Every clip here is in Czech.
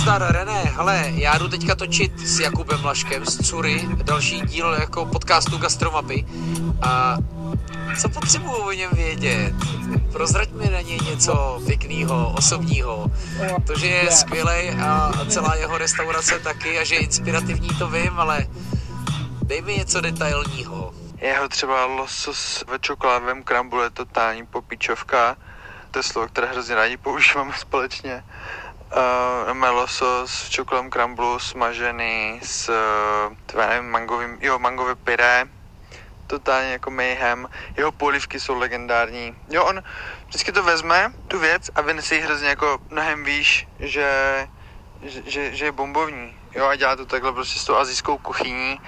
Nazdar, René, hele, já jdu teďka točit s Jakubem Laškem z Cury další díl jako podcastu Gastromapy a co potřebuji o něm vědět? Prozrať mi na něj něco pěkného, osobního. To, že je skvělej a celá jeho restaurace taky a že je inspirativní, to vím, ale dej mi něco detailního. Jeho třeba losos ve čokoládovém kramblu je totální popíčovka. To je slovo, které hrozně rádi používáme společně. Máme losos v čokoládovém kramblu smažený s mangové pyré. Totálně jako mayhem. Jeho polívky jsou legendární. Jo, on vždycky to vezme, tu věc, a vynese ji hrozně jako mnohem výš, že je bombovní. Jo, a dělá to takhle prostě s tou asijskou kuchyní.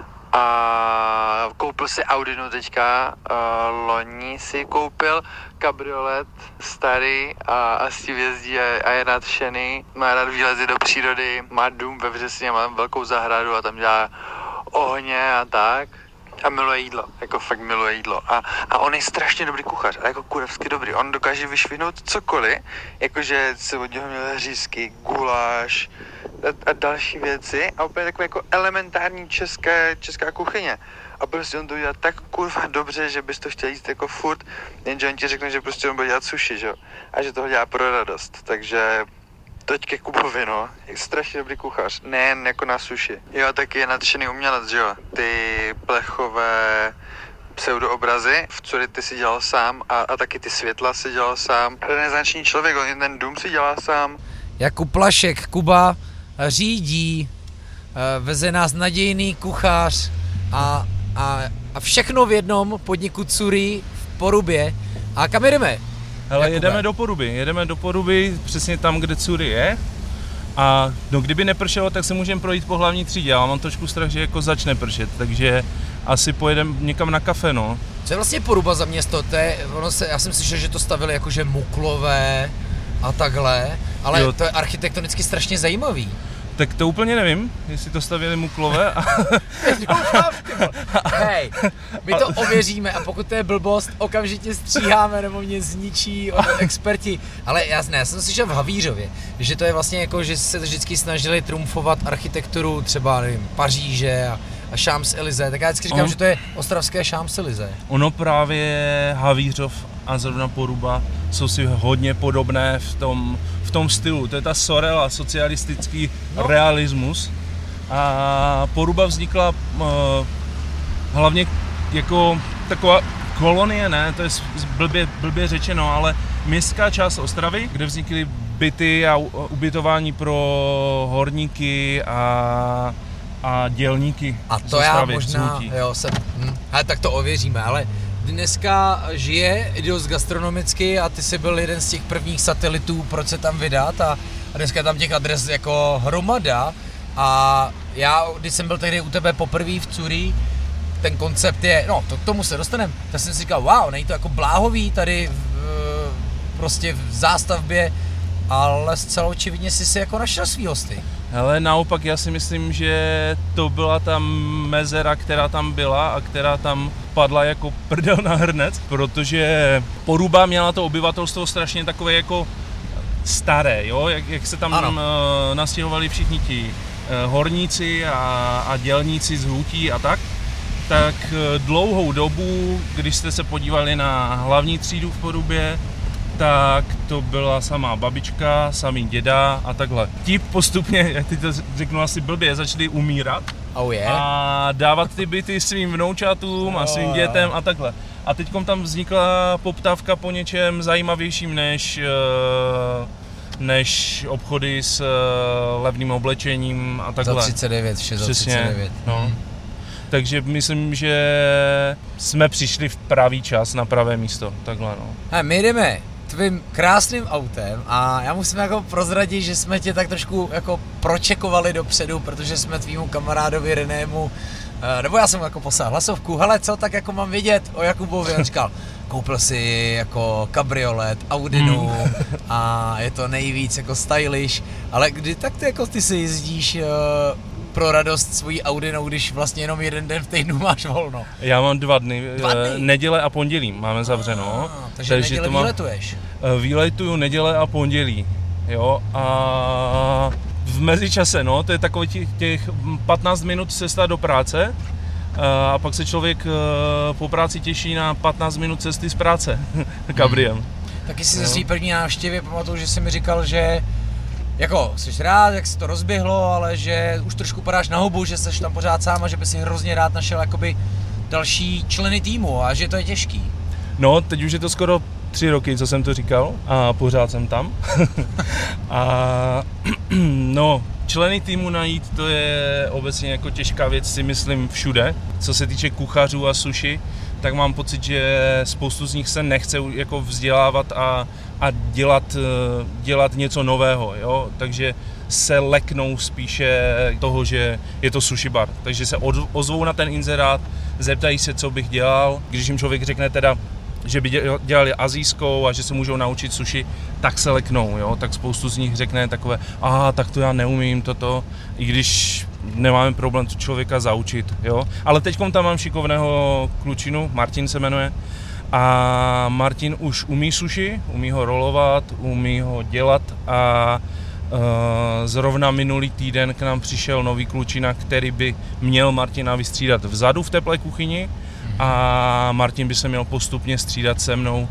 A koupil si Audinu teďka, loni si koupil kabriolet starý a s tím jezdí a je nadšený. Má rád výlety do přírody, má dům ve Vřesně, má velkou zahradu a tam dělá ohně a tak. A miluje jídlo, jako fakt miluje jídlo. A on je strašně dobrý kuchař, a jako kurevsky dobrý. On dokáže vyšvihnout cokoliv, jakože se od něho měl řízky, guláš a další věci. A úplně takové jako elementární česká kuchyně. A prostě on to dělá tak kurva dobře, že bys to chtěl jíst jako furt, jenže on ti řekne, že prostě on bude dělat sushi, že? A že toho dělá pro radost, takže toť ke Kubovi, no. Je strašně dobrý kuchař, nejen jako na sushi. Jo, taky je nadšený umělec, že jo. Ty plechové pseudoobrazy v Cury ty si dělal sám a taky ty světla si dělal sám. Renesanční člověk, on ten dům si dělá sám. Jakub Lašek, Kuba řídí, veze nás nadějný kuchař a všechno v jednom podniku Cury v Porubě. A kam jedeme? Hele, jedeme do Poruby, přesně tam, kde Cury je. A no, kdyby nepršelo, tak se můžeme projít po hlavní třídě, ale mám trošku strach, že jako začne pršet, takže asi pojedeme někam na kafe, no. Co je vlastně Poruba za město? Já jsem slyšel, že to stavili jakože Muklové a takhle, ale jo. To je architektonicky strašně zajímavý. Tak to úplně nevím, jestli to stavěli Muklové. Hej, my to ověříme a pokud to je blbost, okamžitě stříháme nebo mě zničí experti. Ale já jsem slyšel v Havířově, že to je vlastně jako, že se vždycky snažili trumfovat architekturu třeba, nevím, Paříže a Champs-Élysées, tak já vždycky říkám, že to je ostravské Champs-Élysées. Ono právě Havířov a zrovna Poruba jsou si hodně podobné v tom stylu. To je ta sorela, socialistický realismus. A Poruba vznikla hlavně jako taková kolonie, ne, to je blbě řečeno, ale městská část Ostravy, kde vznikly byty a ubytování pro horníky a dělníky. A to já možná, ale tak to ověříme, ale dneska žije dost gastronomicky a ty jsi byl jeden z těch prvních satelitů, proč se tam vydat a dneska tam těch adres jako hromada a já, když jsem byl tehdy u tebe poprvé v Cury, ten koncept je, no to k tomu se dostaneme, tak jsem si říkal, wow, není to jako bláhový tady prostě v zástavbě, ale zcela očividně jsi si jako našel svý hosty. Hele, naopak já si myslím, že to byla ta mezera, která tam byla a která tam padla jako prdel na hrnec, protože Poruba měla to obyvatelstvo strašně takové jako staré, jo, jak se tam nastěhovali všichni ti horníci a dělníci z hutí a tak dlouhou dobu, když jste se podívali na hlavní třídu v Porubě, tak to byla samá babička, samý děda a takhle. Ti postupně, jak ty to řeknu asi blbě, začali umírat a dávat ty byty svým vnoučatům a svým dětem a takhle. A teďkom tam vznikla poptávka po něčem zajímavějším než obchody s levným oblečením a takhle. Za 39, vše za 39. No. Takže myslím, že jsme přišli v pravý čas na pravé místo, takhle no. A my jdeme tvým krásným autem a já musím jako prozradit, že jsme tě tak trošku jako pročekovali dopředu, protože jsme tvýmu kamarádovi Renému, nebo já jsem jako poslal hlasovku, hele co, tak jako mám vědět o Jakubovi, on říkal, koupil si jako kabriolet, Audinu a je to nejvíc jako stylish, ale kdy tak ty si jezdíš pro radost svojí Audinou, když vlastně jenom jeden den v týdnu máš volno? Já mám 2 dny, neděle a pondělí máme zavřeno. Takže neděle to výletuješ? Výletuju neděle a pondělí, jo, a v mezičase, no, to je takový těch 15 minut cesta do práce a pak se člověk po práci těší na 15 minut cesty z práce kabriem. Taky si ze svý první návštěvě pamatuju, že jsi mi říkal, že jako jsi rád, jak se to rozběhlo, ale že už trošku padáš na hubu, že jsi tam pořád sám a že by si hrozně rád našel jakoby další členy týmu a že to je těžký. No, teď už je to skoro 3 roky, co jsem to říkal a pořád jsem tam. A no, členy týmu najít, to je obecně jako těžká věc, si myslím všude. Co se týče kuchařů a sushi, tak mám pocit, že spoustu z nich se nechce jako vzdělávat a dělat něco nového, jo? Takže se leknou spíše toho, že je to sushi bar. Takže se ozvou na ten inzerát, zeptají se, co bych dělal. Když jim člověk řekne teda, že by dělali asijskou a že se můžou naučit sushi, tak se leknou, jo? Tak spoustu z nich řekne takové, tak to já neumím toto, i když nemáme problém tu člověka zaučit, jo? Ale teďkom tam mám šikovného klučinu, Martin se jmenuje, a Martin už umí sushi, umí ho rolovat, umí ho dělat a zrovna minulý týden k nám přišel nový klučina, který by měl Martina vystřídat vzadu v teplé kuchyni a Martin by se měl postupně střídat se mnou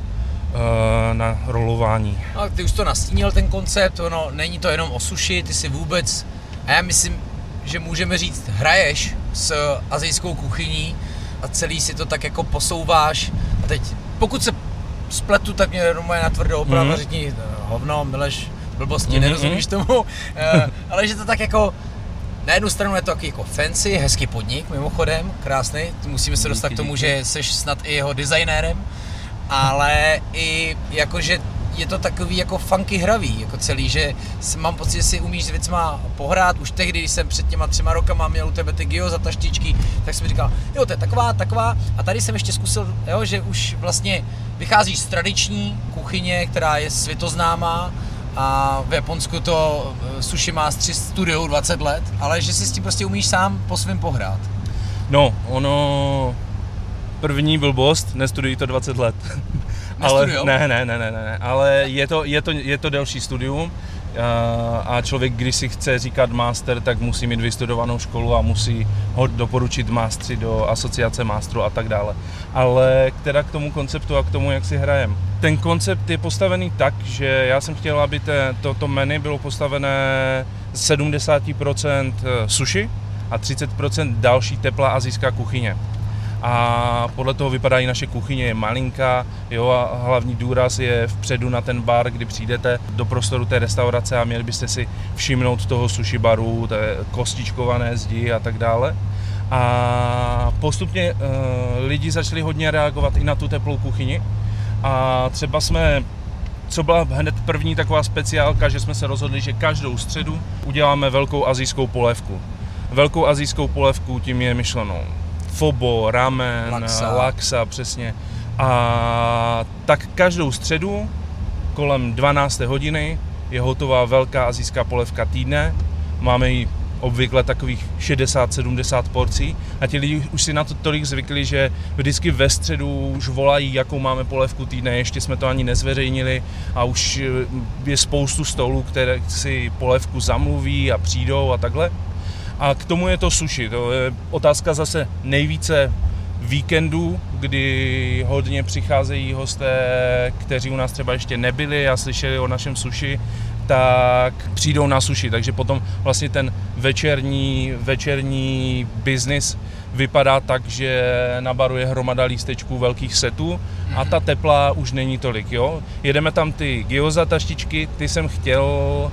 na rolování. A ty už to nastínil ten koncept, není to jenom o sushi, ty si vůbec, a já myslím, že můžeme říct, hraješ s asijskou kuchyní a celý si to tak jako posouváš. A teď, pokud se spletu, tak mě jenom na tvrdou opravu a řekni, hovno, mileš blbosti, nerozumíš tomu, ale že to tak jako, na jednu stranu je to taky jako fancy, hezký podnik, mimochodem, krásný, musíme se dostat k tomu, že jsi snad i jeho designérem, ale i jakože je to takový jako funky hravý, jako celý, že mám pocit, že si umíš s věcma pohrát. Už tehdy, když jsem před těma 3 rokama měl u tebe ty gyoza taštičky, tak jsem mi říkal, jo, to je taková. A tady jsem ještě zkusil, jo, že už vlastně vycházíš z tradiční kuchyně, která je světoznámá, a v Japonsku to Sushi Mastery studiou 20 let, ale že si s tím prostě umíš sám po svém pohrát. No, ono první blbost, nestudují to 20 let. Ale ne, ale je to delší studium a člověk, když si chce říkat master, tak musí mít vystudovanou školu a musí ho doporučit mástři do asociace mástrů a tak dále. Ale teda k tomu konceptu a k tomu, jak si hrajem. Ten koncept je postavený tak, že já jsem chtěl, aby to menu bylo postavené 70% sushi a 30% další teplá asijská kuchyně. A podle toho vypadá i naše kuchyně, je malinká, jo, a hlavní důraz je vpředu na ten bar, kdy přijdete do prostoru té restaurace a měli byste si všimnout toho sushi baru, té kostičkované zdi a tak dále. A postupně lidi začali hodně reagovat i na tu teplou kuchyni a třeba co byla hned první taková speciálka, že jsme se rozhodli, že každou středu uděláme velkou asijskou polévku. Velkou asijskou polévku, tím je myšleno fobo, ramen, laksa, přesně. A tak každou středu kolem 12. hodiny je hotová velká asijská polévka týdne. Máme ji obvykle takových 60-70 porcí a ti lidi už si na to tolik zvykli, že vždycky ve středu už volají, jakou máme polévku týdne, ještě jsme to ani nezveřejnili a už je spoustu stolů, které si polévku zamluví a přijdou a takhle. A k tomu je to sushi, to je otázka zase nejvíce víkendů, kdy hodně přicházejí hosté, kteří u nás třeba ještě nebyli a slyšeli o našem sushi, tak přijdou na sushi, takže potom vlastně ten večerní biznis vypadá tak, že na baru je hromada lístečků velkých setů a ta teplá už není tolik, jo. Jedeme tam ty gyoza taštičky, ty jsem chtěl,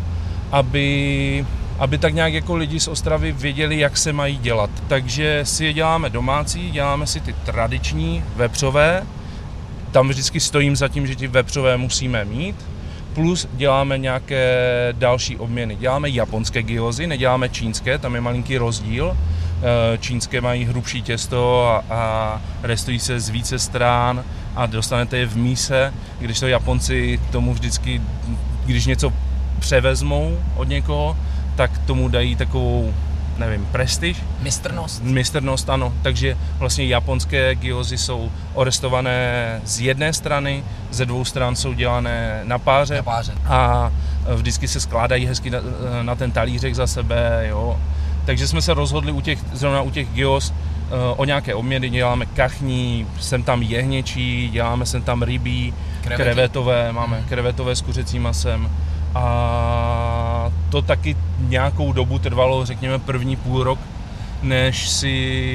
aby tak nějak jako lidi z Ostravy věděli, jak se mají dělat. Takže si je děláme domácí, děláme si ty tradiční vepřové, tam vždycky stojím za tím, že ty vepřové musíme mít, plus děláme nějaké další obměny. Děláme japonské gyozy, neděláme čínské, tam je malinký rozdíl. Čínské mají hrubší těsto a restují se z více strán a dostanete je v míse, když to Japonci tomu vždycky, když něco převezmou od někoho, tak tomu dají takovou nevím, prestiž. Mistrnost, ano. Takže vlastně japonské gyozy jsou orestované z jedné strany, ze dvou stran jsou dělané na páře. A vždycky se skládají hezky na ten talířek za sebe, jo. Takže jsme se rozhodli zrovna u těch gyos o nějaké obměny, děláme kachní, sem tam jehněčí, děláme sem tam rybí, krevetové, máme krevetové s kuřecím masem. A to taky nějakou dobu trvalo, řekněme první půl rok, než se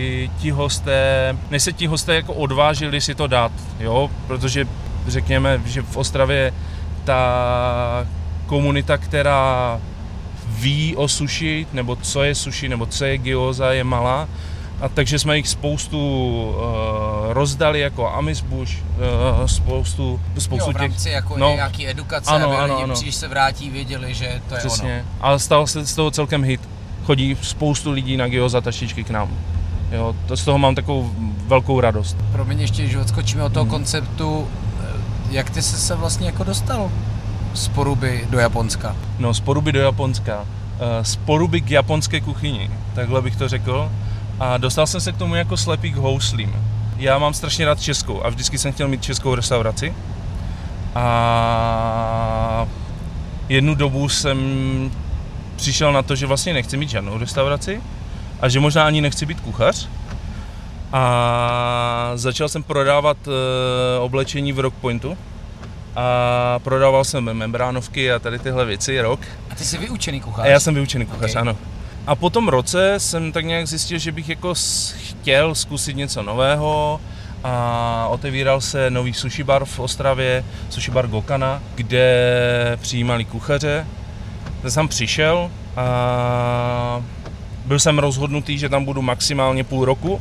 ti hosté jako odvážili si to dát, jo, protože řekněme, že v Ostravě ta komunita, která ví o sushi, nebo co je sushi, nebo co je gyoza, je malá. A takže jsme jich spoustu rozdali jako amizbush, spoustu v rámci jako nějaký edukace, aby lidi, když se vrátí, věděli, že to je přesně. Ono. A stal se z toho celkem hit. Chodí spoustu lidí na gyoza taštičky k nám. Jo, z toho mám takovou velkou radost. Promiň, ještě, že odskočíme od toho konceptu, jak ty jsi se vlastně jako dostal z Poruby do Japonska? No, z Poruby do Japonska. Z Poruby k japonské kuchyni, takhle bych to řekl. A dostal jsem se k tomu jako slepý k houslím. Já mám strašně rád českou a vždycky jsem chtěl mít českou restauraci. A jednu dobu jsem přišel na to, že vlastně nechci mít žádnou restauraci a že možná ani nechci být kuchař. A začal jsem prodávat oblečení v Rockpointu. A prodával jsem membránovky a tady tyhle věci rok. A ty jsi vyučený kuchař? A já jsem vyučený kuchař, okay. Ano. A po tom roce jsem tak nějak zjistil, že bych jako chtěl zkusit něco nového a otevíral se nový sushi bar v Ostravě, sushi bar Gokana, kde přijímali kuchaře. Já jsem přišel a byl jsem rozhodnutý, že tam budu maximálně půl roku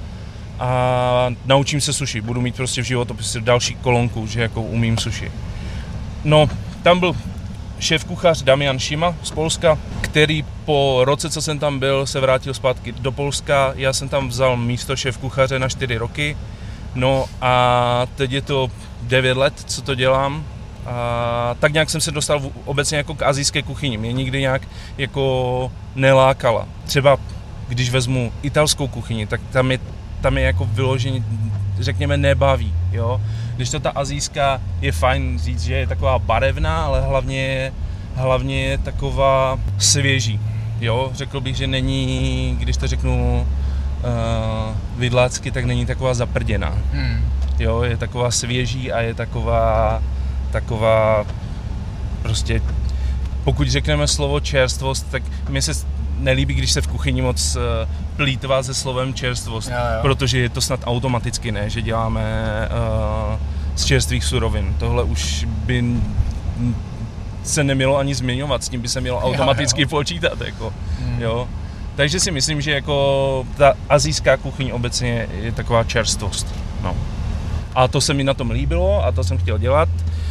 a naučím se sushi. Budu mít prostě v životopise další kolonku, že jako umím sushi. No, tam byl šéf kuchař Damian Shima z Polska, který po roce, co jsem tam byl, se vrátil zpátky do Polska. Já jsem tam vzal místo šéf kuchaře na 4 roky. No a teď je to 9 let, co to dělám. A tak nějak jsem se dostal obecně jako k asijské kuchyni. Mě nikdy nějak jako nelákala. Třeba když vezmu italskou kuchyni, tak tam je jako vyloženě, řekněme, nebaví, jo. Když to ta asijská je fajn říct, že je taková barevná, ale hlavně je taková svěží, jo. Řekl bych, že není, když to řeknu vidlácky, tak není taková zaprděná. Jo, je taková svěží a je taková prostě, pokud řekneme slovo čerstvost, tak mi se nelíbí, když se v kuchyni moc plýtvá se slovem čerstvost, jo. Protože je to snad automaticky, ne, že děláme z čerstvých surovin. Tohle už by se nemělo ani zmiňovat, s tím by se mělo automaticky počítat, jako, jo. Takže si myslím, že jako ta asijská kuchyň obecně je taková čerstvost, no. A to se mi na tom líbilo a to jsem chtěl dělat.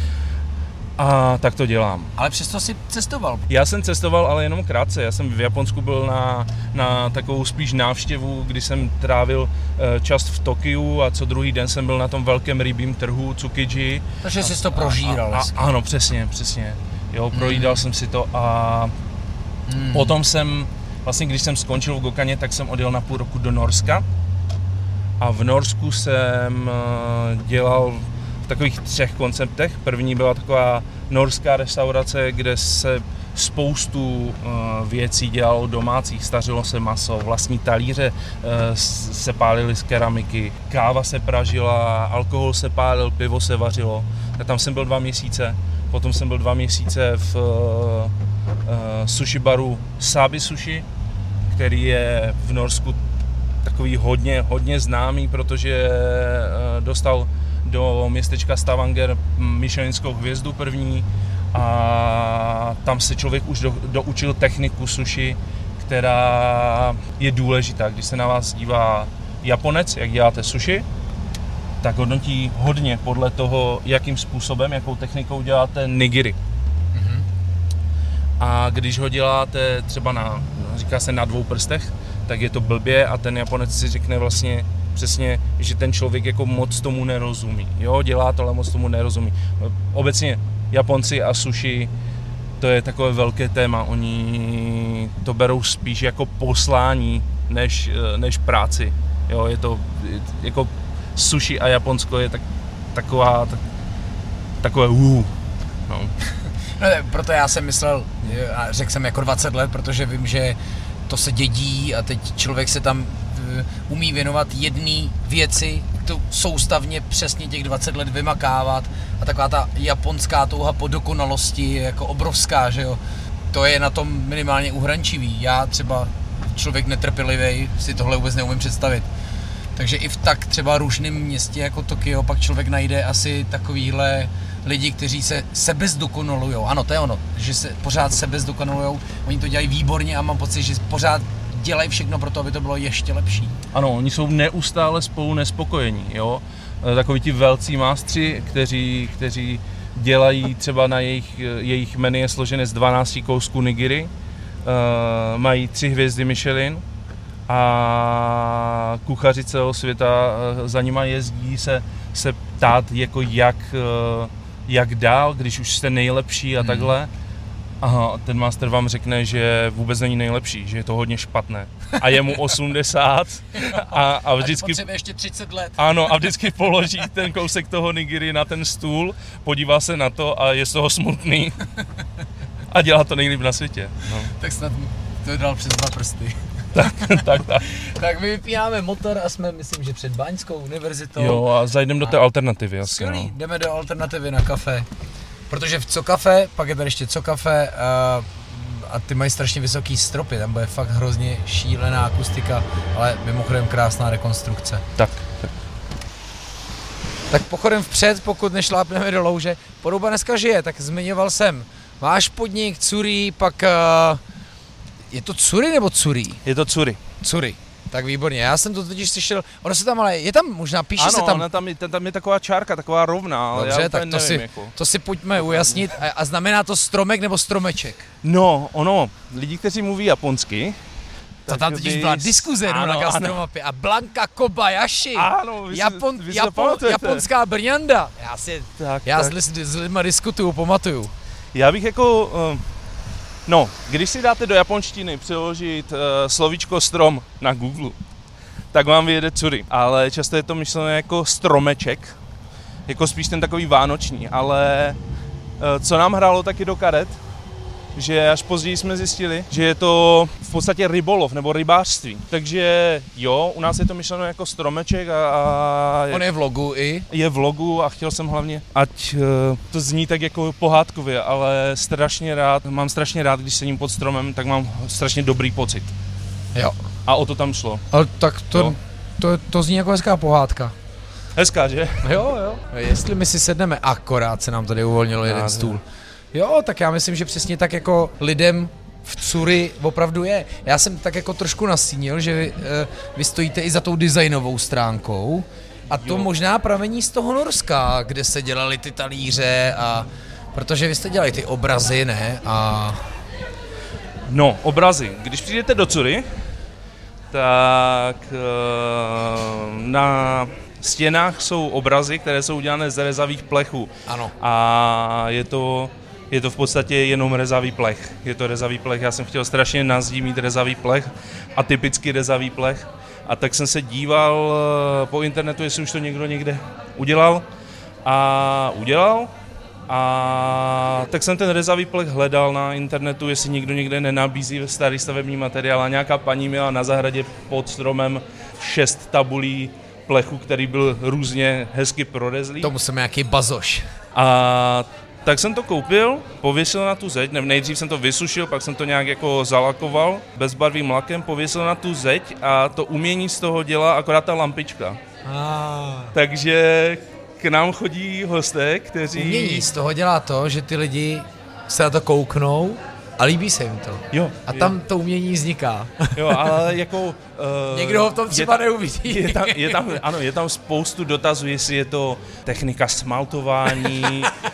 A tak to dělám. Ale přesto jsi cestoval? Já jsem cestoval, ale jenom krátce. Já jsem v Japonsku byl na takovou spíš návštěvu, kdy jsem trávil čas v Tokiu a co druhý den jsem byl na tom velkém rybím trhu Tsukiji. Takže jsi to prožíral. Ano, přesně. Jo, projídal jsem si to a potom jsem, vlastně když jsem skončil v Gokaně, tak jsem odjel na půl roku do Norska. A v Norsku jsem dělal v takových 3 konceptech. První byla taková norská restaurace, kde se spoustu věcí dělalo domácích, stařilo se maso, vlastní talíře se pálily z keramiky, káva se pražila, alkohol se pálil, pivo se vařilo. A tam jsem byl 2 měsíce, potom jsem byl 2 měsíce v sushi baru Sabi Sushi, který je v Norsku takový hodně známý, protože dostal do městečka Stavanger Michelinskou hvězdu první a tam se člověk už doučil techniku sushi, která je důležitá. Když se na vás dívá Japonec, jak děláte sushi, tak hodnotí hodně podle toho, jakým způsobem, jakou technikou děláte nigiri. A když ho děláte třeba říká se na 2 prstech, tak je to blbě a ten Japonec si řekne vlastně přesně, že ten člověk jako moc tomu nerozumí. Jo, dělá to, ale moc tomu nerozumí. Obecně Japonci a sushi, to je takové velké téma, oni to berou spíš jako poslání, než práci. Jo, je to jako sushi a Japonsko je takové no. No, proto já jsem myslel, a řekl jsem jako 20 let, protože vím, že to se dědí a teď člověk se tam umí věnovat jedné věci, to soustavně přesně těch 20 let vymakávat a taková ta japonská touha po dokonalosti je jako obrovská, že jo. To je na tom minimálně uhrančivý. Já třeba člověk netrpělivý si tohle vůbec neumím představit. Takže i v tak třeba rušném městě jako Tokio pak člověk najde asi takovýhle lidi, kteří se sebezdokonalujou. Ano, to je ono, že se pořád sebezdokonalujou. Oni to dělají výborně a mám pocit, že pořád dělají všechno pro to, aby to bylo ještě lepší. Ano, oni jsou neustále spolu nespokojení, jo. Takoví ti velcí mástři, kteří dělají třeba na jejich menu je složené z 12 kousků nigiri, mají 3 hvězdy Michelin a kuchaři celého světa za nima jezdí se ptát, jako jak dál, když už jste nejlepší a takhle. Aha, ten master vám řekne, že vůbec není nejlepší, že je to hodně špatné. A je mu 80 a vždycky... potřebuje ještě 30 let. Ano, a vždycky položí ten kousek toho nigiri na ten stůl, podívá se na to a je z toho smutný. A dělá to nejlíp na světě. No. Tak snad to dal přes 2 prsty. Tak. Tak my vypínáme motor a jsme, myslím, že před Báňskou univerzitou. Jo, a zajdeme do té alternativy asi. Skvělý, jdeme do alternativy na kafe. Protože v Co Cafe, pak je tady ještě Co Cafe a ty mají strašně vysoký stropy, tam bude fakt hrozně šílená akustika, ale mimochodem krásná rekonstrukce. Tak pochodem vpřed, pokud nešlápneme do louže. Porouba dneska žije, tak zmiňoval jsem váš podnik, Curi, pak je to Curi nebo Curi? Je to Curi. Curi. Tak výborně, já jsem to totiž slyšel, ono se tam ale, je tam možná, píše se tam... Ano, tam je taková čárka, taková rovná, ale dobře, já tak nevím, to si pojďme ujasnit. A znamená to stromek nebo stromeček? No, lidi, kteří mluví japonsky... To tam totiž byla diskuze na gastromapě a Blanka Kobayashi, ano, japonská brňanda. Já s lidma diskutuju, pamatuju. Já bych jako... když si dáte do japonštiny přeložit slovíčko strom na Google, tak vám vyjede Curi. Ale často je to myšlené jako stromeček, jako spíš ten takový vánoční, ale co nám hrálo taky do karet, že až později jsme zjistili, že je to v podstatě rybolov nebo rybářství. Takže jo, u nás je to myšleno jako stromeček a on je v logu i? Je v logu a chtěl jsem hlavně, ať to zní tak jako pohádkově, ale mám strašně rád, když sedím pod stromem, tak mám strašně dobrý pocit. Jo. A o to tam šlo. Ale tak to zní jako hezká pohádka. Hezká, že? Jo. Jestli my si sedneme, akorát se nám tady uvolnilo jeden stůl. Jo, tak já myslím, že přesně tak jako lidem v Curi opravdu je. Já jsem tak jako trošku nastínil, že vy stojíte i za tou designovou stránkou a to možná pramení z toho Norska, kde se dělaly ty talíře a protože vy jste dělali ty obrazy, ne? No, obrazy. Když přijdete do Curi, tak na stěnách jsou obrazy, které jsou udělané z rezavých plechů. Ano. A je to v podstatě jenom rezavý plech. Je to rezavý plech, já jsem chtěl strašně na zdí mít rezavý plech, atypický rezavý plech. A tak jsem se díval po internetu, jestli už to někdo někde udělal. A tak jsem ten rezavý plech hledal na internetu, jestli někdo někde nenabízí starý stavební materiál. A nějaká paní měla na zahradě pod stromem 6 tabulí plechu, který byl různě hezky prorezlý. To musíme nějaký bazoš. A tak jsem to koupil, pověsil na tu zeď, nejdřív jsem to vysušil, pak jsem to nějak jako zalakoval bezbarvým lakem, pověsil na tu zeď a to umění z toho dělá akorát ta lampička. Takže k nám chodí hosté, kteří... Umění z toho dělá to, že ty lidi se na to kouknou a líbí se jim to. Jo. A tam to umění vzniká. Jo, ale jako... někdo ho v tom třeba neuvidí. Je tam spoustu dotazů, jestli je to technika smaltování,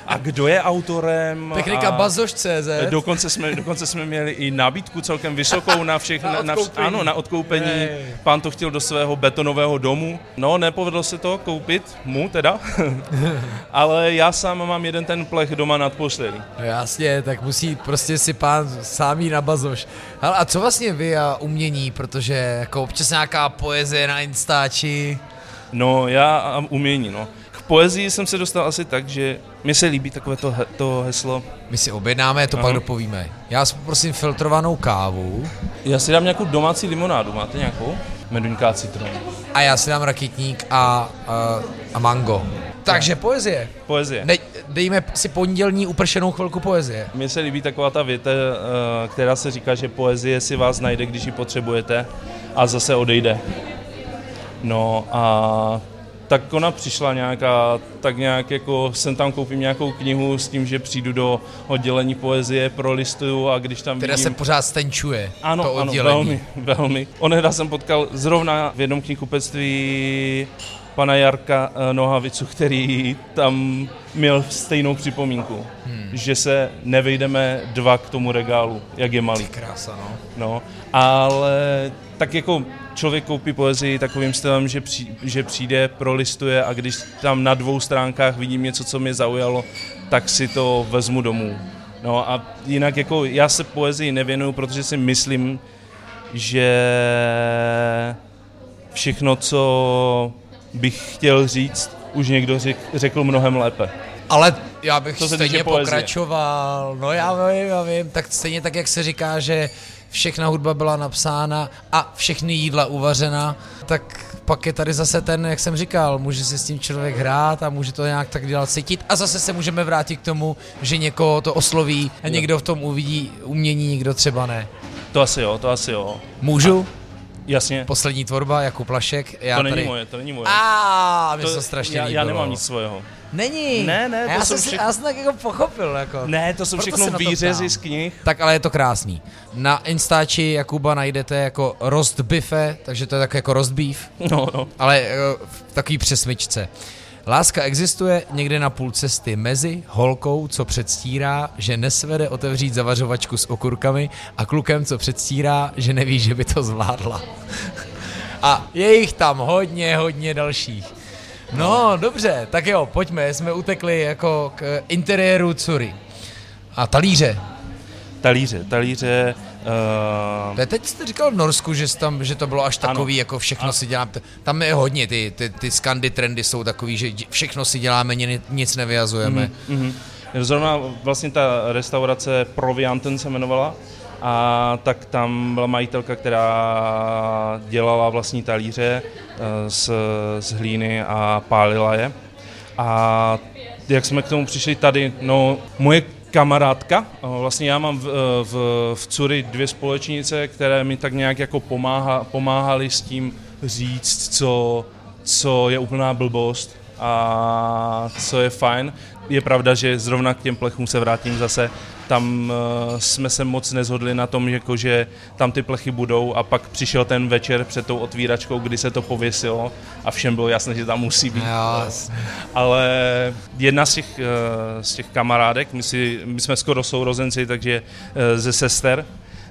a kdo je autorem. Technika Bazoš.cz. Dokonce jsme měli i nabídku celkem vysokou na všech, na odkoupení. Pán to chtěl do svého betonového domu. No, nepovedlo se to koupit, mu teda, ale já sám mám jeden ten plech doma nad postelí. Jasně, tak musí prostě si pán sám jít na Bazoš. Hele, a co vlastně vy a umění, protože jako občas nějaká poezie na Instači? No, já a umění, no. K poezii jsem se dostal asi tak, že mi se líbí takové to heslo. My si objednáme, to pak dopovíme. Já si poprosím filtrovanou kávu. Já si dám nějakou domácí limonádu, máte nějakou? Meduňka citron. A já si dám rakitník a mango. Takže poezie. Dejme si pondělní upršenou chvilku poezie. Mně se líbí taková ta věta, která se říká, že poezie si vás najde, když ji potřebujete a zase odejde. No a tak ona přišla nějaká, tak nějak jako jsem tam koupím nějakou knihu s tím, že přijdu do oddělení poezie, prolistuju a když tam která vidím... se pořád stenčuje, ano, to oddělení. Velmi. Onehda jsem potkal zrovna v jednom knihkupectví pana Jarka Nohavicu, který tam měl stejnou připomínku, že se nevejdeme dva k tomu regálu, jak je malý. Krása, no. No, ale tak jako člověk koupí poezii takovým stylem, že přijde, prolistuje a když tam na 2 stránkách vidím něco, co mě zaujalo, tak si to vezmu domů. No a jinak jako já se poezii nevěnuju, protože si myslím, že všechno, co bych chtěl říct, už někdo řekl mnohem lépe. Ale já bych stejně pokračoval, no já vím, tak stejně tak, jak se říká, že všechna hudba byla napsána a všechny jídla uvařena, tak pak je tady zase ten, jak jsem říkal, může si s tím člověk hrát a může to nějak tak dělat cítit a zase se můžeme vrátit k tomu, že někoho to osloví a někdo v tom uvidí umění, někdo třeba ne. To asi jo. Můžu? Jasně. Poslední tvorba, Jakub Lašek. To není moje. Mě to strašně líbilo. Já nemám nic svého. Není. Ne, já jsem tak jako pochopil. Jako. Ne, to jsou všechno výřezy z knih. Tak ale je to krásný. Na Instači Jakuba najdete jako roast biffe, takže to je tak jako roast beef. No. Ale v takový přesmyčce. Láska existuje někde na půl cesty mezi holkou, co předstírá, že nesvede otevřít zavařovačku s okurkami a klukem, co předstírá, že neví, že by to zvládla. A je jich tam hodně dalších. No, dobře, tak jo, pojďme, jsme utekli jako k interiéru Cury. A talíře. Teď jste říkal v Norsku, že to bylo až takový, ano. Jako všechno si děláme. Tam je hodně, ty Scandi trendy jsou takový, že všechno si děláme, nic nevyhazujeme. Zrovna vlastně ta restaurace Provianten se jmenovala. A tak tam byla majitelka, která dělala vlastní talíře z hlíny a pálila je. A jak jsme k tomu přišli tady, no moje kamarádka, vlastně já mám v Cury 2 společnice, které mi tak nějak jako pomáhaly s tím říct, co je úplná blbost a co je fajn. Je pravda, že zrovna k těm plechům se vrátím zase. Tam jsme se moc nezhodli na tom, že tam ty plechy budou a pak přišel ten večer před tou otvíračkou, kdy se to pověsilo a všem bylo jasné, že tam musí být. Ale jedna z těch kamarádek, my jsme skoro sourozenci, takže ze sester,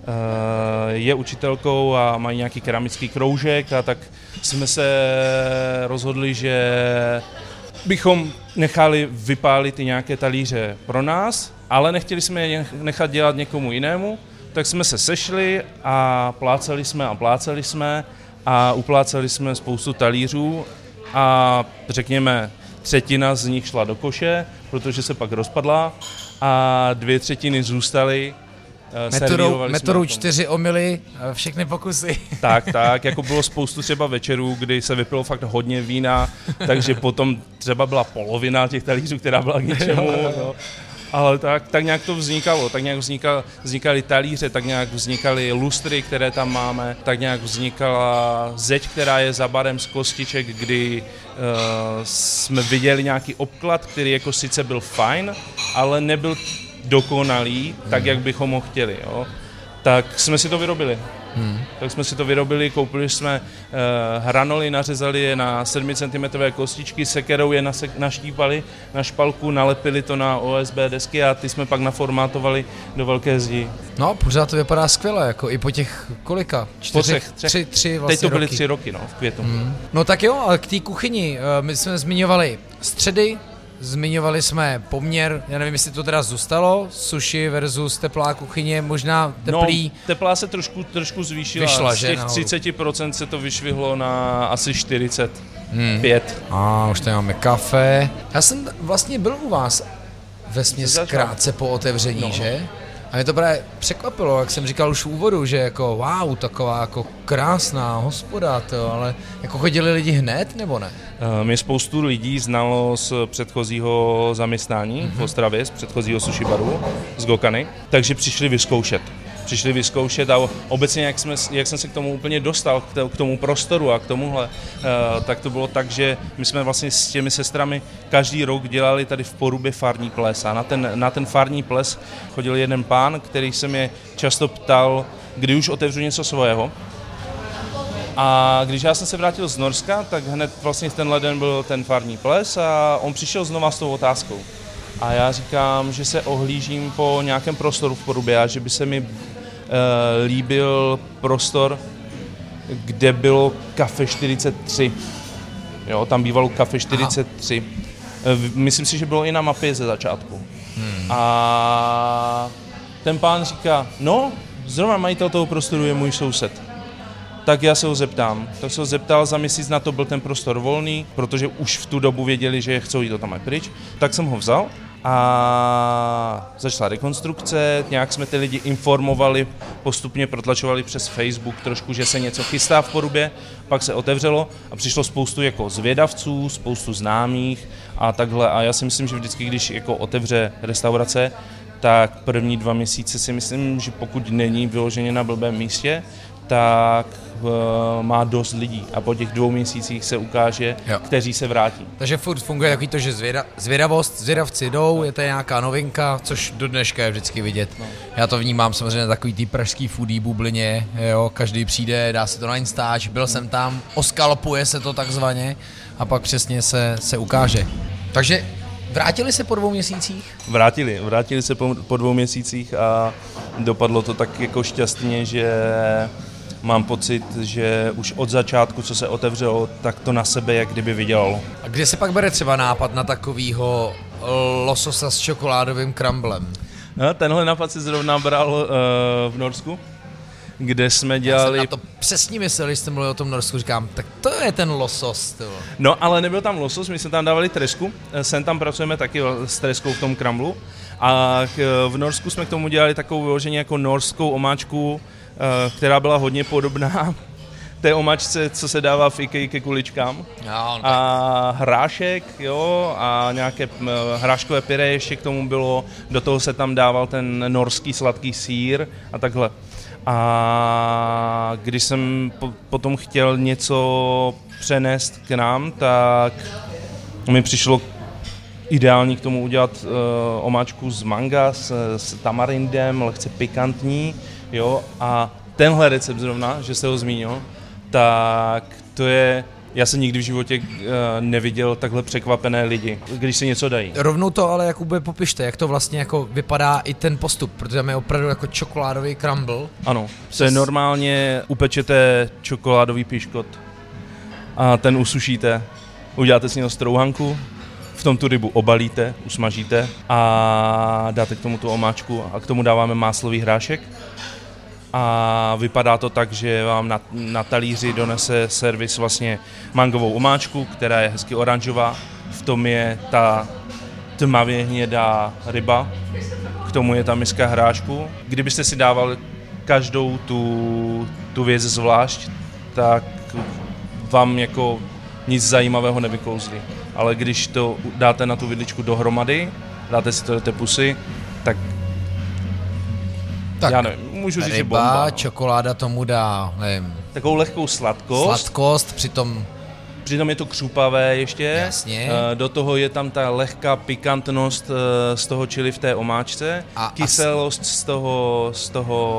je učitelkou a mají nějaký keramický kroužek a tak jsme se rozhodli, že bychom nechali vypálit i nějaké talíře pro nás, ale nechtěli jsme je nechat dělat někomu jinému, tak jsme se sešli a pláceli jsme a upláceli jsme spoustu talířů a řekněme 1/3 z nich šla do koše, protože se pak rozpadla a 2/3 zůstaly. Metodou 4 omily, všechny pokusy. Tak, jako bylo spoustu třeba večerů, kdy se vypilo fakt hodně vína, takže potom třeba byla polovina těch talířů, která byla k něčemu. No. Ale tak nějak to vznikalo, tak nějak vznikaly talíře, tak nějak vznikaly lustry, které tam máme, tak nějak vznikala zeď, která je za barem z kostiček, kdy jsme viděli nějaký obklad, který jako sice byl fajn, ale nebyl dokonalý, tak jak bychom ho chtěli. Jo. tak jsme si to vyrobili. Koupili jsme hranoly, nařezali je na 7 cm kostičky, sekerou je naštípali na špalku, nalepili to na OSB desky a ty jsme pak naformátovali do velké zdi. No, pořád to vypadá skvěle, jako i po těch kolika? Tři vlastně teď to byly roky. 3 roky, v květnu. No tak jo, ale k té kuchyni, my jsme zmiňovali středy, zmiňovali jsme poměr, já nevím, jestli to teda zůstalo, sushi versus teplá kuchyně, možná teplý. No, teplá se trošku zvýšila, z těch 30% se to vyšvihlo na asi 45. A už tady máme kafe. Já jsem vlastně byl u vás vesměs krátce po otevření, že? A mě to právě překvapilo, jak jsem říkal už v úvodu, že jako wow, taková jako krásná hospoda, to, ale jako chodili lidi hned, nebo ne? Mě spoustu lidí znalo z předchozího zaměstnání v Ostravě, z předchozího sushi baru, z Gokany, takže přišli vyzkoušet a obecně, jak jsem se k tomu úplně dostal, k tomu prostoru a k tomuhle, tak to bylo tak, že my jsme vlastně s těmi sestrami každý rok dělali tady v Porubě farní ples a na ten farní ples chodil jeden pán, který se mě často ptal, kdy už otevřu něco svého. A když já jsem se vrátil z Norska, tak hned vlastně v tenhle den byl ten farní ples a on přišel znova s tou otázkou. A já říkám, že se ohlížím po nějakém prostoru v Porubě a že by se mi líbil prostor, kde bylo Café 43. Jo, tam bývalo Café 43. Myslím si, že bylo i na mapě ze začátku. A ten pán říká, no, zrovna majitel toho prostoru je můj soused. Tak já se ho zeptám. Tak se ho zeptal, za měsíc na to byl ten prostor volný, protože už v tu dobu věděli, že chcou jít to tam pryč. Tak jsem ho vzal a začala rekonstrukce, nějak jsme ty lidi informovali, postupně protlačovali přes Facebook trošku, že se něco chystá v Porubě, pak se otevřelo a přišlo spoustu jako zvědavců, spoustu známých a takhle. A já si myslím, že vždycky, když jako otevře restaurace, tak první 2 měsíce si myslím, že pokud není vyloženě na blbém místě, tak má dost lidí a po těch 2 měsících se ukáže, kteří se vrátí. Takže furt funguje takový to, že zvědavci jdou, je to nějaká novinka, což do dneška je vždycky vidět. No. Já to vnímám samozřejmě takový ty pražský foodie bublině, jo, každý přijde, dá si to na Instač, byl jsem tam, oskalpuje se to takzvaně a pak přesně se ukáže. Takže vrátili se po 2 měsících? Vrátili se po 2 měsících a dopadlo to tak jako šťastně, že mám pocit, že už od začátku, co se otevřelo, tak to na sebe jak kdyby vydělalo. A kde se pak bere třeba nápad na takovýho lososa s čokoládovým crumblem? No, tenhle nápad si zrovna bral v Norsku, kde jsme dělali... Já jsem na to přesně myslel, když jste mluvil o tom Norsku, říkám, tak to je ten losos. Tyvo. No, ale nebyl tam losos, my jsme tam dávali tresku, sem tam pracujeme taky s treskou v tom crumblu a v Norsku jsme k tomu dělali takovou vyloženě jako norskou omáčku, která byla hodně podobná té omáčce, co se dává v IKEA ke kuličkám. A hrášek, jo, a nějaké hráškové pyré ještě k tomu bylo, do toho se tam dával ten norský sladký sýr a takhle. A když jsem potom chtěl něco přenést k nám, tak mi přišlo ideální k tomu udělat omáčku z manga s tamarindem, lehce pikantní, jo, a tenhle recept zrovna, že jste ho zmínil, tak to je, já jsem nikdy v životě neviděl takhle překvapené lidi, když si něco dají. Rovnou to ale Jakube popište, jak to vlastně jako vypadá i ten postup, protože tam je opravdu jako čokoládový crumble. Ano, to je normálně, upečete čokoládový piškot a ten usušíte, uděláte si něho strouhanku, v tom tu rybu obalíte, usmažíte a dáte k tomu tu omáčku a k tomu dáváme máslový hrášek. A vypadá to tak, že vám na talíři donese servis vlastně mangovou omáčku, která je hezky oranžová. V tom je ta tmavě hnědá ryba, k tomu je ta miska hrášku. Kdybyste si dával každou tu věc zvlášť, tak vám jako nic zajímavého nevykouzlí. Ale když to dáte na tu vidličku dohromady, dáte si to do té pusy, tak já nevím, můžu říct, že bomba. Ryba, čokoláda tomu dá, nevím. Takovou lehkou sladkost. Přitom je to křupavé ještě. Jasně. Do toho je tam ta lehká pikantnost z toho chili v té omáčce. Kyselost z toho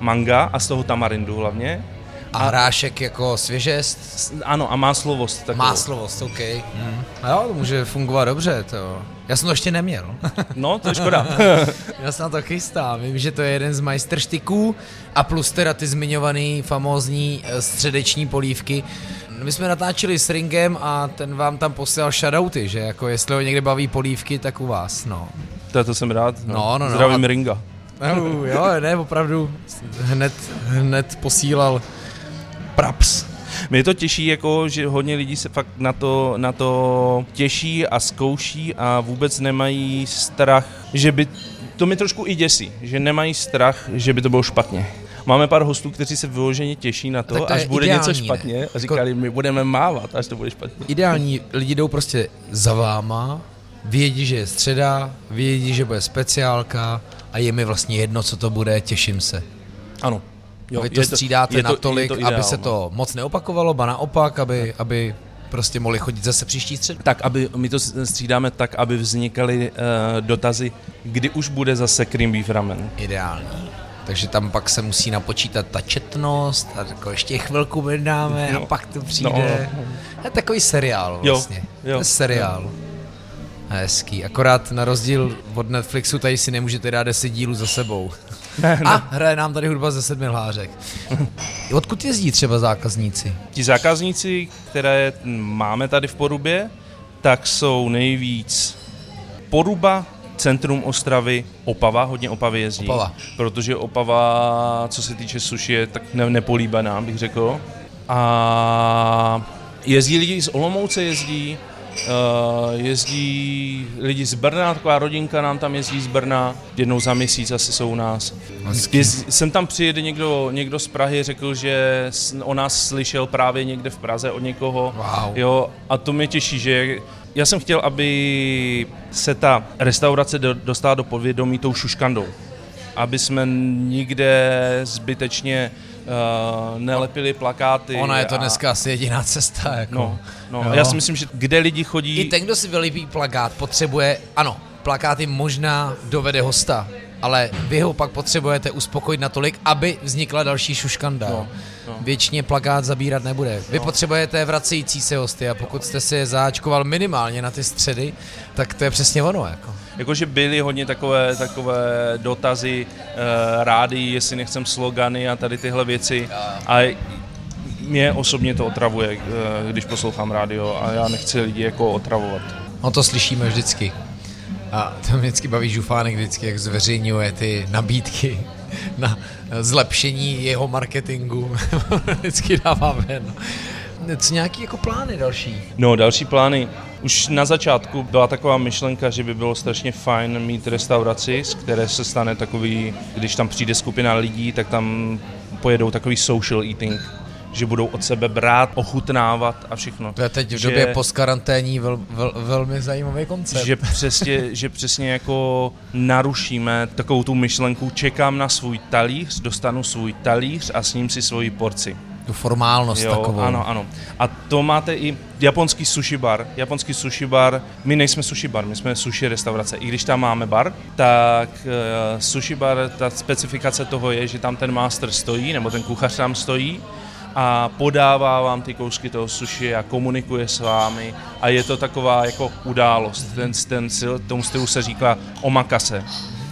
manga a z toho tamarindu hlavně. A hrášek jako svěžest? Ano, a máslovost. Máslovost, OK. A jo, to může fungovat dobře, to. Já jsem to ještě neměl. No, to je škoda. Já se na to chystám, vím, že to je jeden z majstrštiků a plus teda ty zmiňovaný famózní středeční polívky. My jsme natáčeli s Ringem a ten vám tam posílal shoutouty, že jako jestli ho někde baví polívky, tak u vás, no. To jsem rád. No. Zdravím Ringa. Jo, ne, opravdu hned posílal praps. Mě to těší, jako, že hodně lidí se fakt na to těší a zkouší a vůbec nemají strach, že by, to mě trošku i děsí, že nemají strach, že by to bylo špatně. Máme pár hostů, kteří se vyloženě těší na to až bude něco špatně a říkali, my budeme mávat, až to bude špatně. Ideální, lidi jdou prostě za váma, vědí, že je středa, vědí, že bude speciálka a je mi vlastně jedno, co to bude, těším se. Ano. Jo, vy to střídáte natolik, aby se to moc neopakovalo, ba naopak, aby prostě mohli chodit zase příští středu. Tak, my to střídáme tak, aby vznikaly dotazy, kdy už bude zase cream beef ramen. Ideální. Takže tam pak se musí napočítat ta četnost a jako ještě chvilku vydáme a pak to přijde. To je takový seriál vlastně. Jo. To je seriál. Hezký. Akorát na rozdíl od Netflixu tady si nemůžete dát 10 dílů za sebou. A hraje nám tady hudba ze 7 lhářek. Odkud jezdí třeba zákazníci? Ti zákazníci, které máme tady v Porubě, tak jsou nejvíc Poruba, centrum Ostravy, Opava, hodně Opavy jezdí. Opava. Protože Opava, co se týče sushi, je tak nepolíbená, bych řekl. A jezdí lidi z Olomouce, jezdí lidi z Brna, taková rodinka nám tam jezdí z Brna, jednou za měsíc asi jsou u nás. Sem tam přijede někdo z Prahy, řekl, že o nás slyšel právě někde v Praze od někoho. Wow. Jo, a to mě těší, že já jsem chtěl, aby se ta restaurace dostala do povědomí tou šuškandou. Aby jsme nikde zbytečně nelepili plakáty. Ona je to dneska asi jediná cesta. Jako. No. Já si myslím, že kde lidi chodí... I ten, kdo si vylepí plakát, potřebuje, ano, plakáty možná dovede hosta, ale vy ho pak potřebujete uspokojit natolik, aby vznikla další šuškanda. No. Věčně plakát zabírat nebude. Vy potřebujete vracející se hosty a pokud jste si je záčkoval minimálně na ty středy, tak to je přesně ono. Jakože byly hodně takové dotazy rádi, jestli nechcem slogany a tady tyhle věci. A mě osobně to otravuje, když poslouchám rádio a já nechci lidi jako otravovat. No to slyšíme vždycky. A to mě vždycky baví Žufánek, vždycky jak zveřejňuje ty nabídky na zlepšení jeho marketingu. Vždycky dává ven. Co nějaký jako plány další? No, další plány. Už na začátku byla taková myšlenka, že by bylo strašně fajn mít restauraci, z které se stane takový, když tam přijde skupina lidí, tak tam pojedou takový social eating, že budou od sebe brát, ochutnávat a všechno. To je teď v době postkaranténní velmi zajímavý koncept. Že přesně jako narušíme takovou tu myšlenku, čekám na svůj talíř, dostanu svůj talíř a s ním si svoji porci. Tu formálnost takovou. Ano. A to máte i japonský sushi bar. My nejsme sushi bar, my jsme sushi restaurace. I když tam máme bar, tak sushi bar, ta specifikace toho je, že tam ten master stojí, nebo ten kuchař tam stojí a podává vám ty kousky toho sushi a komunikuje s vámi a je to taková jako událost. Tomu stylu se říká omakase.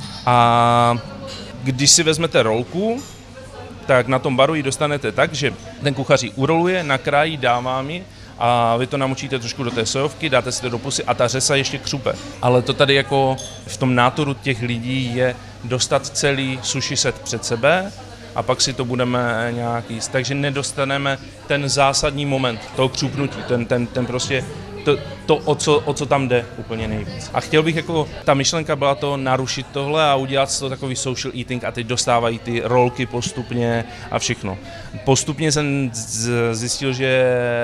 A když si vezmete rolku, tak na tom baru ji dostanete tak, že ten kuchař ji uroluje, nakrájí, dá vám ji a vy to namočíte trošku do té sojovky, dáte si to do pusy a ta řesa ještě křupe. Ale to tady jako v tom nátoru těch lidí je dostat celý sushi set před sebe a pak si to budeme nějak jíst. Takže nedostaneme ten zásadní moment toho křupnutí, ten prostě o co tam jde úplně nejvíc. A chtěl bych jako, ta myšlenka byla to narušit tohle a udělat to takový social eating a teď dostávají ty rolky postupně a všechno. Postupně jsem zjistil, že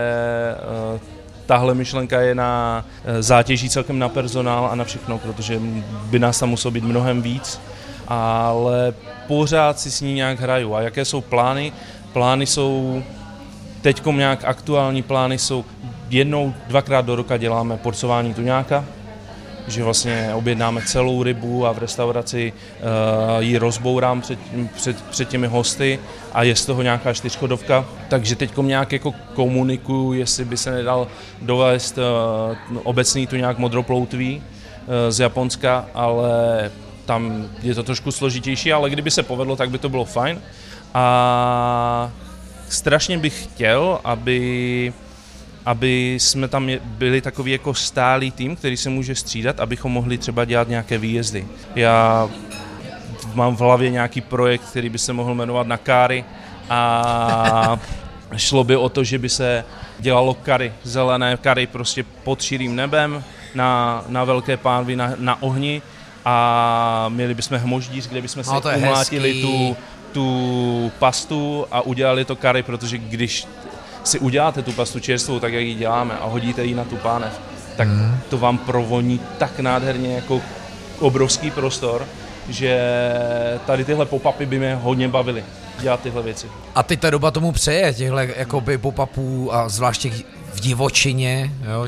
tahle myšlenka je na zátěží celkem na personál a na všechno, protože by nás tam muselo být mnohem víc, ale pořád si s ní nějak hraju. A jaké jsou plány? Plány jsou teďkom nějak aktuální plány jsou 1-2krát do roka děláme porcování tuňáka že vlastně objednáme celou rybu a v restauraci ji rozbourám před těmi hosty a je z toho nějaká 4chodovka. Takže teď nějak jako komunikuju, jestli by se nedal dovést obecný tu nějak modroploutví z Japonska, ale tam je to trošku složitější, ale kdyby se povedlo, tak by to bylo fajn. A strašně bych chtěl, aby jsme tam byli takový jako stálý tým, který se může střídat, abychom mohli třeba dělat nějaké výjezdy. Já mám v hlavě nějaký projekt, který by se mohl jmenovat Na káry a šlo by o to, že by se dělalo kary, zelené kary prostě pod širým nebem na velké pánvi na ohni a měli bychom hmoždíř, kde bychom si umlátili tu pastu a udělali to kary, protože když si uděláte tu pastu čerstvou, tak jak ji děláme a hodíte ji na tu pánev, tak to vám provoní tak nádherně jako obrovský prostor, že tady tyhle pop-upy by mě hodně bavily dělat tyhle věci. A teď ta doba tomu přeje, těchhle jakoby pop-upů a zvláště v divočině, jo,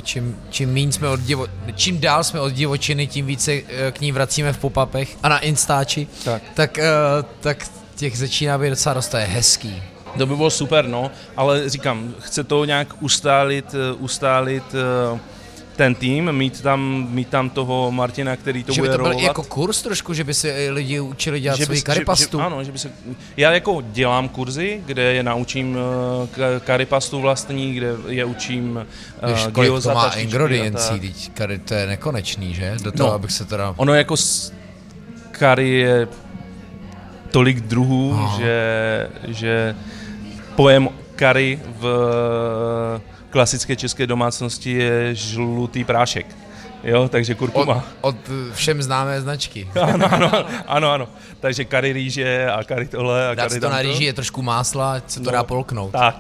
čím dál jsme od divočiny, tím více k ní vracíme v pop-upech a na Instači, tak těch začíná být docela dost, to je hezký. To by bylo super, no, ale říkám, chce to nějak ustálit ten tým, mít tam toho Martina, který to bude rolovat. Že by to byl jako kurz trošku, že by se lidi učili dělat svoji karipastu? Ano, že by se... Já jako dělám kurzy, kde je naučím karipastu vlastní, kde je učím kolik to má ingrediencí, teď kary, to je nekonečný, že? Do toho, abych se teda... Ono jako kary je tolik druhů, že pojem kary v klasické české domácnosti je žlutý prášek. Jo, takže kurkuma. Od všem známé značky. Ano. Takže kary rýže a kary tohle a dát kary to na rýži je trošku másla, ať se to dá polknout. Tak.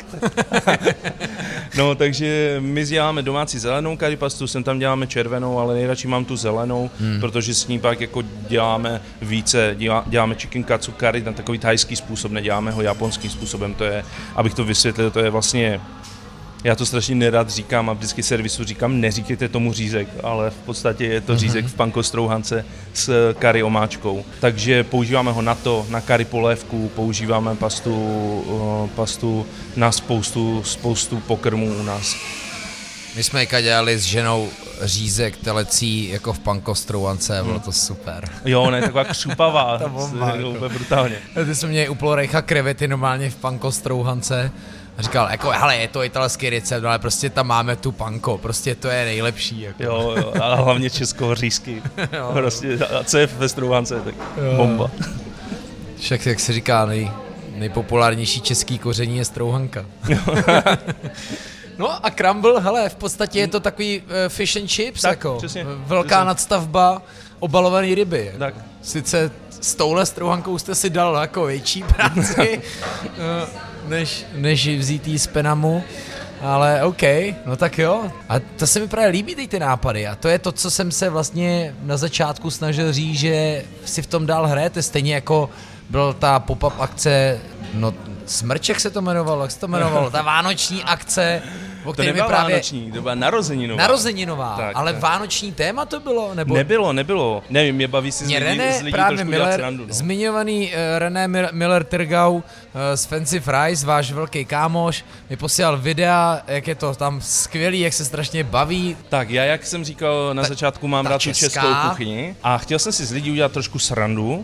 No, takže my děláme domácí zelenou karipastu, sem tam děláme červenou, ale nejradši mám tu zelenou, protože s ní pak jako děláme více, děláme chicken katsu curry na takový thajský způsob, neděláme ho japonským způsobem, to je, abych to vysvětlil, to je vlastně... Já to strašně nerad říkám a vždycky servisu říkám, neříkejte tomu řízek, ale v podstatě je to řízek v pankostrouhance s curry omáčkou. Takže používáme ho na curry polévku, používáme pastu na spoustu pokrmů u nás. My jsme dělali s ženou řízek telecí jako v pankostrouhance, bylo to super. Jo, ne, taková křupavá, to bomba, úplně brutálně. Ty jsme měli u Plorejcha krevety normálně v pankostrouhance. Říkal, jako, hele, je to italský recept, ale prostě tam máme tu panko, prostě to je nejlepší. Jako. Jo, a hlavně českohořízky. Prostě, a co je ve strouhance, tak bomba. Však, jak se říká, nejpopulárnější český koření je strouhanka. No a crumble, hele, v podstatě je to takový fish and chips, tak, jako přesně, velká nadstavba obalované ryby. Tak. Sice s touhle strouhankou jste si dal jako větší práci, než vzít jí z Penamu, ale OK, no tak jo. A to se mi právě líbí ty nápady a to je to, co jsem se vlastně na začátku snažil říct, že si v tom dál hrajete, stejně jako byla ta pop-up akce, no Smrček se to jmenovalo, jak se to jmenovalo, ta vánoční akce, o to nebyla právě... vánoční, to byla narozeninová. Narozeninová, tak, ale tak. Vánoční téma to bylo? Nebo... Nebylo. Nevím, mě baví si z lidí trošku dělat srandu. No. Zmiňovaný René Miller-Tyrgau z Fancy Fries, váš velký kámoš, mi posílal videa, jak je to tam skvělý, jak se strašně baví. Tak já, jak jsem říkal na začátku, mám rád tu českou kuchyni a chtěl jsem si z lidí udělat trošku srandu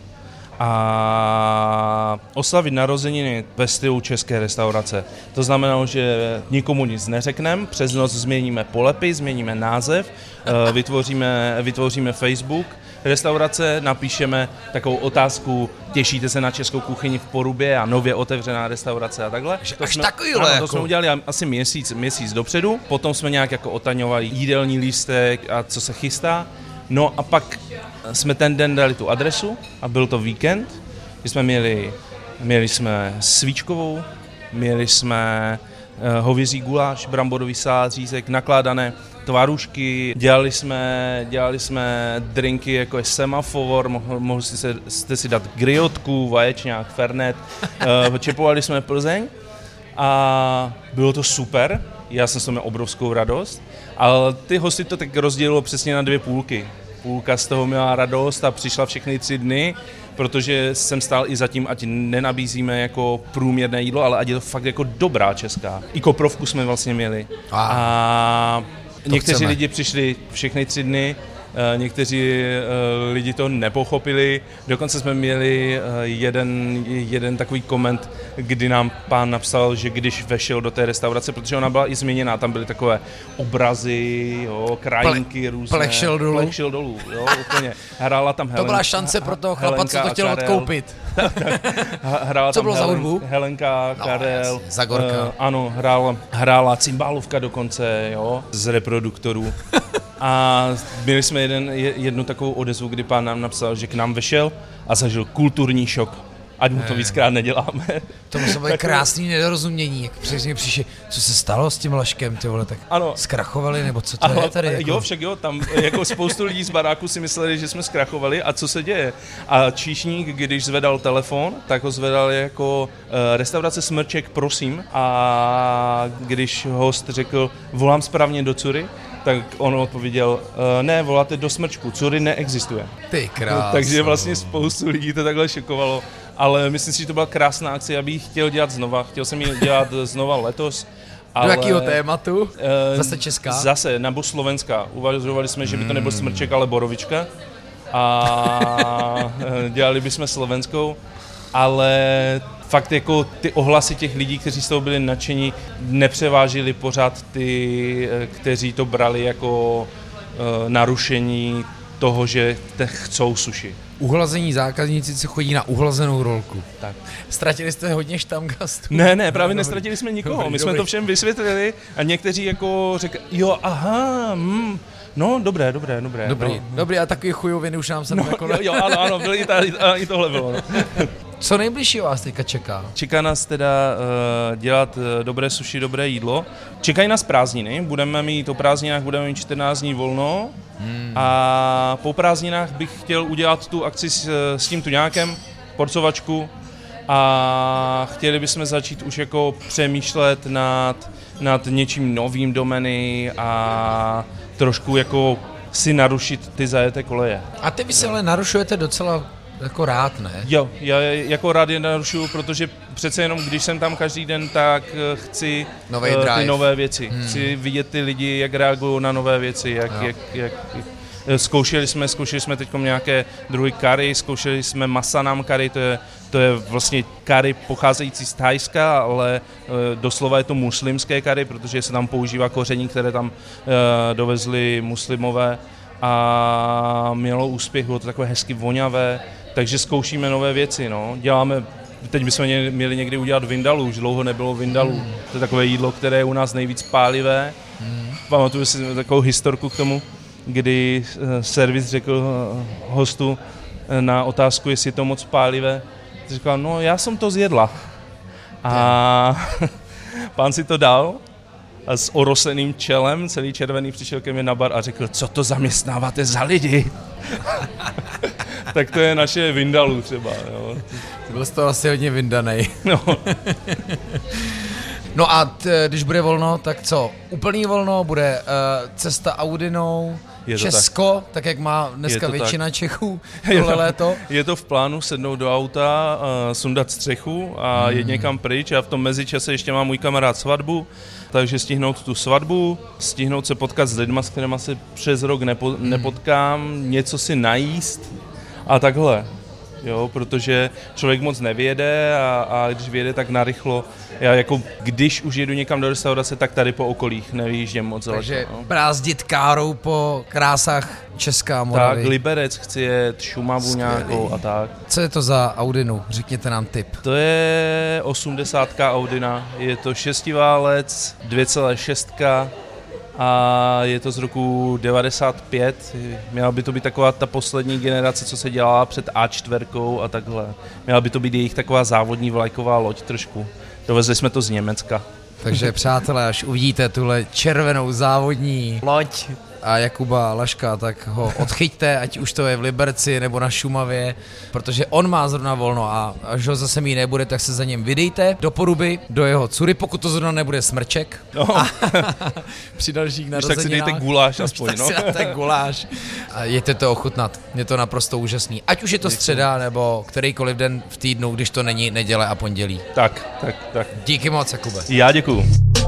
a oslavit narozeniny ve stylu české restaurace. To znamená, že nikomu nic neřekneme, přes noc změníme polepy, změníme název, vytvoříme Facebook restaurace, napíšeme takovou otázku, těšíte se na českou kuchyni v Porubě a nově otevřená restaurace a takhle. To jsme udělali asi měsíc dopředu, potom jsme nějak jako otaňovali jídelní lístek a co se chystá. No a pak jsme ten den dali tu adresu a byl to víkend, kdy jsme měli jsme svíčkovou, měli jsme hovězí guláš, bramborový salát, řízek, nakládané tvarůžky, dělali jsme drinky jako je semafor, mohli jste si dát griotku, vaječňák, fernet, čepovali jsme Plzeň a bylo to super, já jsem s toho měl obrovskou radost, ale ty hosty to tak rozdělilo přesně na 2 půlky. půlka z toho měla radost a přišla všechny 3 dny, protože jsem stál i za tím, ať nenabízíme jako průměrné jídlo, ale ať je to fakt jako dobrá česká. I koprovku jsme vlastně měli. A někteří lidi přišli všechny 3 dny, někteří lidi to nepochopili, dokonce jsme měli jeden takový koment, kdy nám pán napsal, že když vešel do té restaurace, protože ona byla i změněná, tam byly takové obrazy, jo, krajinky různé. Plešil dolů, jo, úplně. Hrála tam To byla šance pro toho chlapa, co to chtěl odkoupit. Hrála co tam bylo za hudbu? Helenka, Karel. Zagorka. Ano, hrála cymbálovka dokonce, jo, z reproduktorů. A měli jsme jednu takovou odezvu, kdy pán nám napsal, že k nám vešel a zažil kulturní šok. Ať mu to víckrát neděláme. To muselo být krásný nedorozumění, jak přesně přišli, co se stalo s tím Laškem, ty vole, tak ano. Zkrachovali, nebo co to je tady? Jako? Jo, však jo, tam jako spoustu lidí z baráku si mysleli, že jsme zkrachovali a co se děje. A číšník, když zvedal telefon, tak ho zvedal jako restaurace Smrček, prosím. A když host řekl, volám správně do Cury, tak on odpověděl, ne, voláte do Smrčku, Cury neexistuje. Ty krásno. Takže vlastně spoustu lidí to takhle šokovalo. Ale myslím si, že to byla krásná akce, já bych ji chtěl dělat znova. Chtěl jsem ji dělat znova letos. Do jakého tématu? Zase česká? Zase, nebo slovenská. Uvažovali jsme, že by to nebyl Smrček, ale Borovička. A dělali bychom slovenskou. Ale fakt jako ty ohlasy těch lidí, kteří z toho byli nadšení, nepřevážili pořád ty, kteří to brali jako narušení toho, že chcou sushi. Uhlazení zákazníci se chodí na uhlazenou rolku. Tak. Ztratili jste hodně štamgastů? Ne, právě nestratili jsme nikoho. My jsme to všem vysvětlili a někteří jako řekli, jo, aha, no, dobré. Dobrý, a takový chujoviny už nám sem jako... Jo, ano, i tohle bylo. No. Co nejbližší vás teďka čeká? Čeká nás teda dělat dobré sushi, dobré jídlo. Čekají nás prázdniny, budeme mít 14 dní volno a po prázdninách bych chtěl udělat tu akci s tím tuňákem, porcovačku a chtěli bychom začít už jako přemýšlet nad něčím novým do menu a trošku jako si narušit ty zajeté koleje. A ty vy si ale narušujete docela jako rád, ne? Jo, já jako rád je narušuju, protože přece jenom, když jsem tam každý den, tak chci ty nové věci. Chci vidět ty lidi, jak reagují na nové věci, jak zkoušeli jsme teď nějaké druhy curry, zkoušeli jsme masanam curry, to je vlastně curry pocházející z Thajska, ale doslova je to muslimské curry, protože se tam používá koření, které tam dovezli muslimové a mělo úspěch, bylo to takové hezky voňavé, takže zkoušíme nové věci, no. Teď bychom měli někdy udělat vindalu, už dlouho nebylo vindalu. To je takové jídlo, které je u nás nejvíc pálivé. Pamatuju si takovou historku k tomu, kdy servis řekl hostu na otázku, jestli je to moc pálivé. Říkal, no já jsem to zjedla. A pán si to dal a s oroseným čelem, celý červený, přišel ke mně na bar a řekl, co to zaměstnáváte za lidi? Tak to je naše Vindaloo třeba. Jo. Byl jsi to asi hodně vyndanej. No a když bude volno, tak co? Úplný volno, bude cesta Audinou, Česko, tak jak má dneska většina tak. Čechů tohle léto. Je to v plánu sednout do auta, sundat střechu a jet někam pryč a v tom mezičase ještě má můj kamarád svatbu, takže stihnout tu svatbu, stihnout se potkat s lidma, s kterýma se přes rok nepotkám, něco si najíst a takhle. Jo, protože člověk moc nevyjede a když vyjede, tak narychlo. Já jako když už jedu někam do restaurace, tak tady po okolích nevyjíždím moc. Takže brázdit károu po krásách Česká, Moravy. Tak, Liberec, chci jet, Šumavu nějakou a tak. Co je to za Audinu? Řekněte nám tip. To je 80 Audina, je to 6válec, 2,6 a je to z roku 95. Měla by to být taková ta poslední generace, co se dělala před A4 a takhle. Měla by to být jejich taková závodní vlajková loď trošku. Dovezli jsme to z Německa. Takže přátelé, až uvidíte tuhle červenou závodní loď a Jakuba Laška, tak ho odchyťte, ať už to je v Liberci nebo na Šumavě, protože on má zrovna volno a až ho zase mít nebude, tak se za něm vydejte do Poruby, do jeho Cury, pokud to zrovna nebude Smrček. No. Při dalších narozeninách. Tak si dejte guláš aspoň, no. Tak si dáte guláš a jděte to ochutnat. Je to naprosto úžasný. Ať už je to středa nebo kterýkoliv den v týdnu, když to není neděle a pondělí. Tak. Díky moc, Jakube. Já děkuju.